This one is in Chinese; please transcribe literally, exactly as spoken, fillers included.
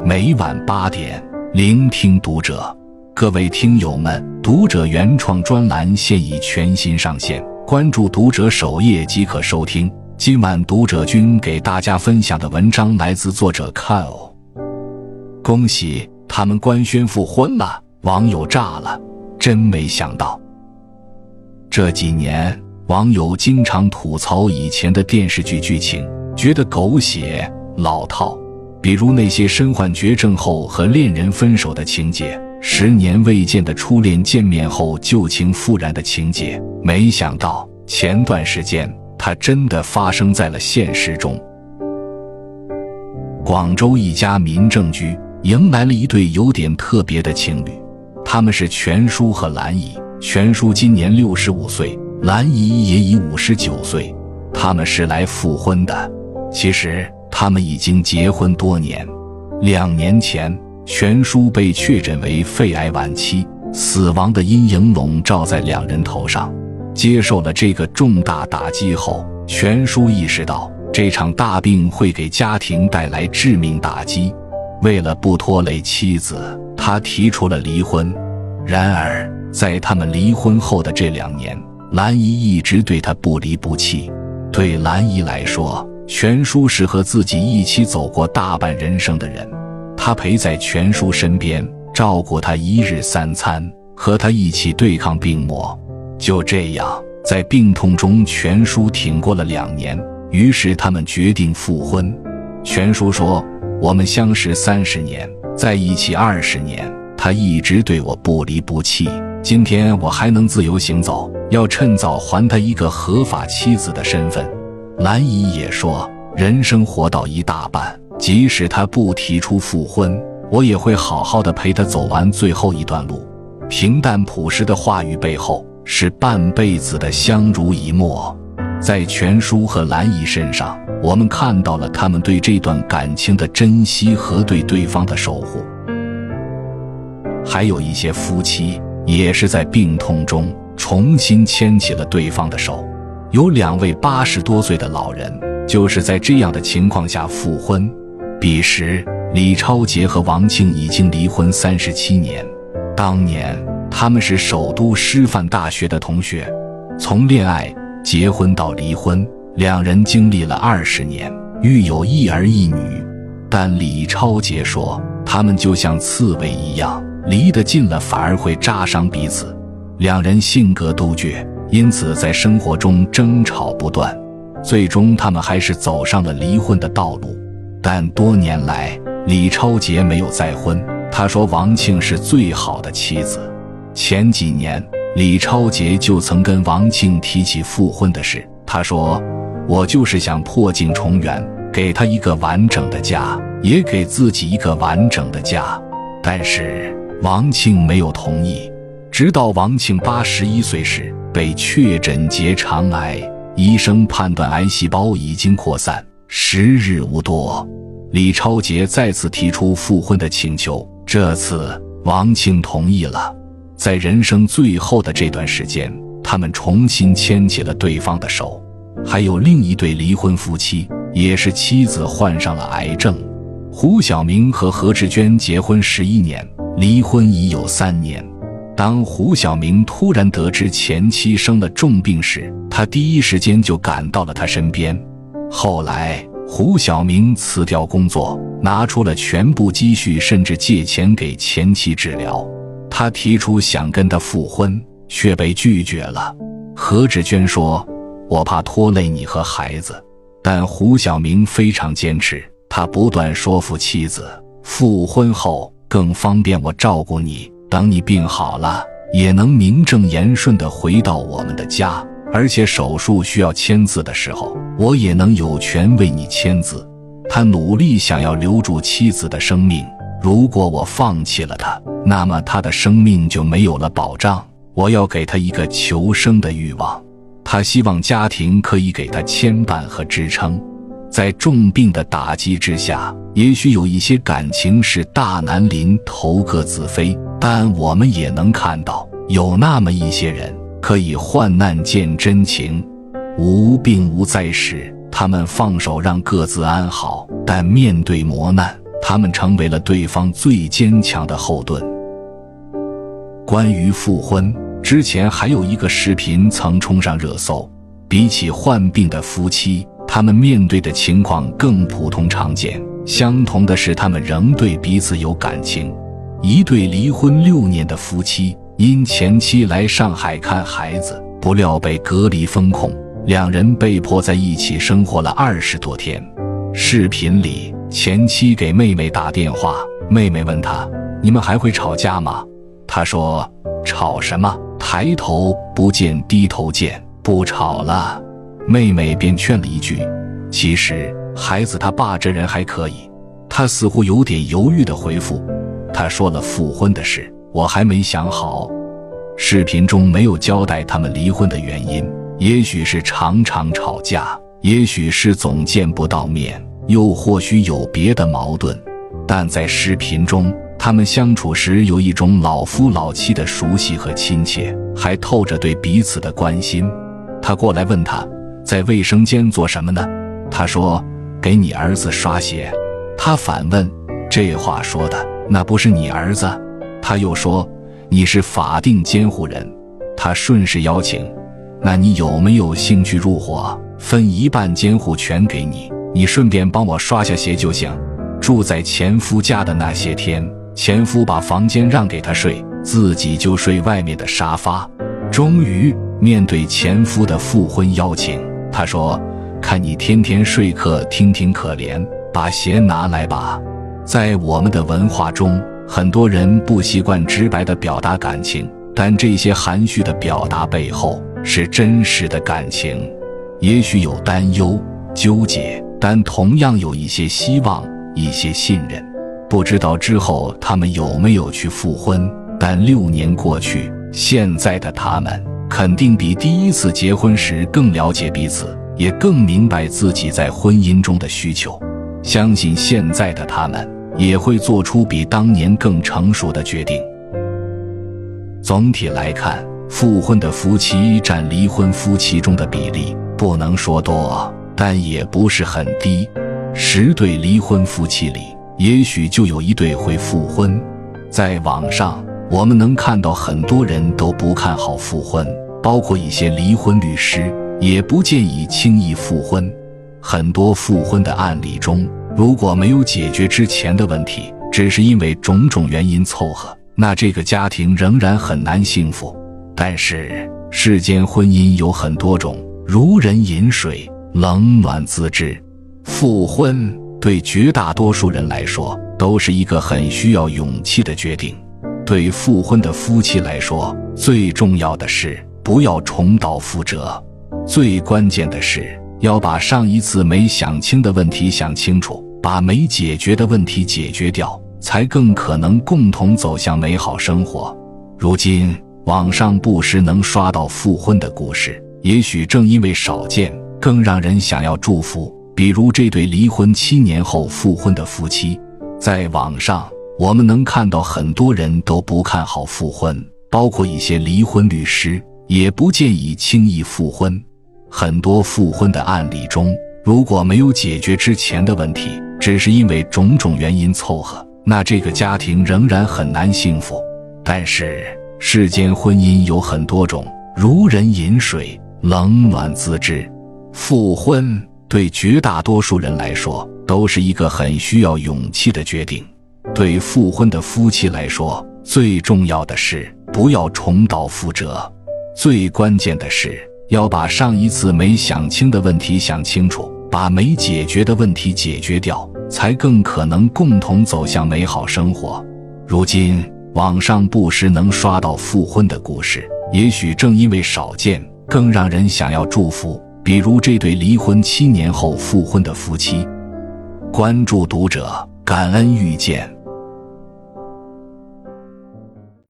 每晚八点，聆听读者。各位听友们，读者原创专栏现已全新上线，关注读者首页即可收听。今晚读者君给大家分享的文章来自作者 Kyle。 恭喜他们官宣复婚了，网友炸了，真没想到。这几年网友经常吐槽以前的电视剧剧情，觉得狗血老套，比如那些身患绝症后和恋人分手的情节，十年未见的初恋见面后旧情复燃的情节。没想到前段时间它真的发生在了现实中。广州一家民政局迎来了一对有点特别的情侣，他们是全叔和兰姨。全叔今年六十五岁，兰姨也已五十九岁，他们是来复婚的。其实他们已经结婚多年。两年前，全叔被确诊为肺癌晚期，死亡的阴影笼罩在两人头上。接受了这个重大打击后，全叔意识到这场大病会给家庭带来致命打击。为了不拖累妻子，他提出了离婚。然而在他们离婚后的这两年，兰姨一直对他不离不弃。对兰姨来说，全叔是和自己一起走过大半人生的人，他陪在全叔身边，照顾他一日三餐，和他一起对抗病魔。就这样，在病痛中全叔挺过了两年，于是他们决定复婚。全叔说，我们相识三十年，在一起二十年，他一直对我不离不弃，今天我还能自由行走，要趁早还他一个合法妻子的身份。兰姨也说，人生活到一大半，即使他不提出复婚，我也会好好的陪他走完最后一段路。平淡朴实的话语背后，是半辈子的相濡以沫。在全叔和兰姨身上，我们看到了他们对这段感情的珍惜和对对方的守护。还有一些夫妻也是在病痛中重新牵起了对方的手。有两位八十多岁的老人就是在这样的情况下复婚。彼时李超杰和王庆已经离婚三十七年，当年他们是首都师范大学的同学，从恋爱结婚到离婚，两人经历了二十年，育有一儿一女。但李超杰说，他们就像刺猬一样，离得近了反而会扎伤彼此。两人性格都倔，因此在生活中争吵不断，最终他们还是走上了离婚的道路。但多年来，李超杰没有再婚，他说王庆是最好的妻子。前几年，李超杰就曾跟王庆提起复婚的事，他说，我就是想破镜重圆，给他一个完整的家，也给自己一个完整的家。但是王庆没有同意。直到王庆八十一岁时被确诊结肠癌，医生判断癌细胞已经扩散，时日无多。李超杰再次提出复婚的请求，这次王庆同意了。在人生最后的这段时间，他们重新牵起了对方的手。还有另一对离婚夫妻，也是妻子患上了癌症。胡晓明和何志娟结婚十一年，离婚已有三年。当胡晓明突然得知前妻生了重病时，他第一时间就赶到了他身边。后来胡晓明辞掉工作，拿出了全部积蓄，甚至借钱给前妻治疗。他提出想跟他复婚，却被拒绝了。何志娟说，我怕拖累你和孩子。但胡晓明非常坚持，他不断说服妻子，复婚后更方便我照顾你，等你病好了，也能名正言顺地回到我们的家，而且手术需要签字的时候，我也能有权为你签字。他努力想要留住妻子的生命，如果我放弃了他，那么他的生命就没有了保障。我要给他一个求生的欲望。他希望家庭可以给他牵绊和支撑。在重病的打击之下，也许有一些感情是大难临头各自飞，但我们也能看到，有那么一些人可以患难见真情。无病无灾时，他们放手让各自安好，但面对磨难， 他们成为了对方最坚强的后盾。关于复婚，之前还有一个视频曾冲上热搜，比起患病的夫妻，他们面对的情况更普通常见，相同的是他们仍对彼此有感情。一对离婚六年的夫妻，因前妻来上海看孩子，不料被隔离封控，两人被迫在一起生活了二十多天。视频里，前妻给妹妹打电话，妹妹问他：“你们还会吵架吗？”他说：“吵什么？抬头不见低头见，不吵了。”妹妹便劝了一句：“其实孩子他爸这人还可以。”他似乎有点犹豫地回复：“他说了复婚的事，我还没想好。”视频中没有交代他们离婚的原因，也许是常常吵架，也许是总见不到面，又或许有别的矛盾。但在视频中，他们相处时有一种老夫老妻的熟悉和亲切，还透着对彼此的关心。他过来问他，在卫生间做什么呢？他说：“给你儿子刷鞋。”他反问：“这话说的，那不是你儿子？”他又说：“你是法定监护人。”他顺势邀请：“那你有没有兴趣入伙？分一半监护权给你，你顺便帮我刷下鞋就行。”住在前夫家的那些天，前夫把房间让给他睡，自己就睡外面的沙发。终于面对前夫的复婚邀请，他说：“看你天天睡客厅挺可怜，把鞋拿来吧。”在我们的文化中，很多人不习惯直白地表达感情，但这些含蓄的表达背后是真实的感情。也许有担忧、纠结，但同样有一些希望，一些信任。不知道之后他们有没有去复婚，但六年过去，现在的他们肯定比第一次结婚时更了解彼此，也更明白自己在婚姻中的需求。相信现在的他们也会做出比当年更成熟的决定。总体来看，复婚的夫妻占离婚夫妻中的比例不能说多，但也不是很低。十对离婚夫妻里，也许就有一对会复婚。在网上，我们能看到很多人都不看好复婚，包括一些离婚律师，也不建议轻易复婚。很多复婚的案例中，如果没有解决之前的问题，只是因为种种原因凑合，那这个家庭仍然很难幸福。但是，世间婚姻有很多种，如人饮水，冷暖自知。复婚对绝大多数人来说都是一个很需要勇气的决定。对复婚的夫妻来说，最重要的是不要重蹈覆辙，最关键的是要把上一次没想清的问题想清楚，把没解决的问题解决掉，才更可能共同走向美好生活。如今网上不时能刷到复婚的故事，也许正因为少见，更让人想要祝福。比如这对离婚七年后复婚的夫妻，在网上我们能看到很多人都不看好复婚，包括一些离婚律师，也不建议轻易复婚。很多复婚的案例中，如果没有解决之前的问题，只是因为种种原因凑合，那这个家庭仍然很难幸福。但是世间婚姻有很多种，如人饮水，冷暖自知。复婚对绝大多数人来说都是一个很需要勇气的决定。对复婚的夫妻来说，最重要的是不要重蹈覆辙，最关键的是要把上一次没想清的问题想清楚，把没解决的问题解决掉，才更可能共同走向美好生活。如今网上不时能刷到复婚的故事，也许正因为少见，更让人想要祝福。比如这对离婚七年后复婚的夫妻。关注读者，感恩遇见。